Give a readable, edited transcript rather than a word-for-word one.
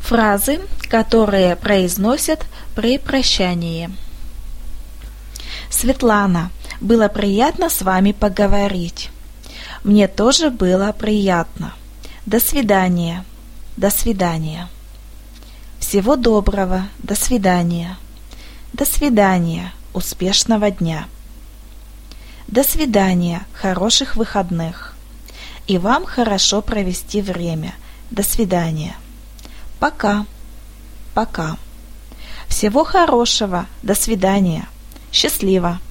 Фразы, которые произносят при прощании. Светлана, было приятно с вами поговорить. Мне тоже было приятно. До свидания. До свидания. Всего доброго. До свидания. До свидания. Успешного дня. До свидания. Хороших выходных. И вам хорошо провести время. До свидания. Пока. Пока. Всего хорошего. До свидания. Счастливо.